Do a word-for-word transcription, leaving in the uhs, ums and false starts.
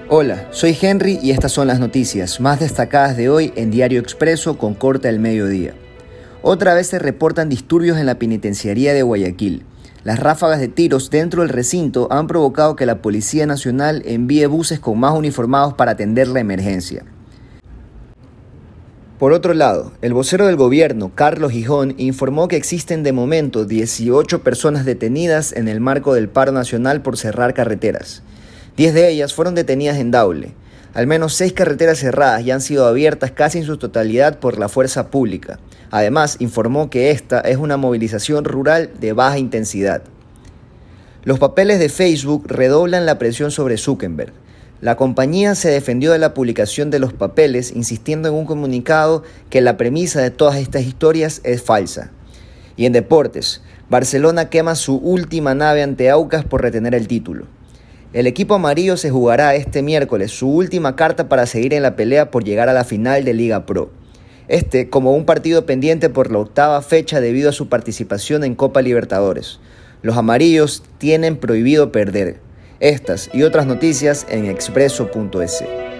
Hola, soy Henry y estas son las noticias más destacadas de hoy en Diario Expreso con corte al mediodía. Otra vez se reportan disturbios en la penitenciaría de Guayaquil. Las ráfagas de tiros dentro del recinto han provocado que la Policía Nacional envíe buses con más uniformados para atender la emergencia. Por otro lado, el vocero del gobierno, Carlos Gijón, informó que existen de momento dieciocho personas detenidas en el marco del paro nacional por cerrar carreteras. Diez de ellas fueron detenidas en Daule. Al menos seis carreteras cerradas ya han sido abiertas casi en su totalidad por la fuerza pública. Además, informó que esta es una movilización rural de baja intensidad. Los papeles de Facebook redoblan la presión sobre Zuckerberg. La compañía se defendió de la publicación de los papeles, insistiendo en un comunicado que la premisa de todas estas historias es falsa. Y en deportes, Barcelona quema su última nave ante Aucas por retener el título. El equipo amarillo se jugará este miércoles su última carta para seguir en la pelea por llegar a la final de Liga Pro. Este como un partido pendiente por la octava fecha debido a su participación en Copa Libertadores. Los amarillos tienen prohibido perder. Estas y otras noticias en expreso punto es.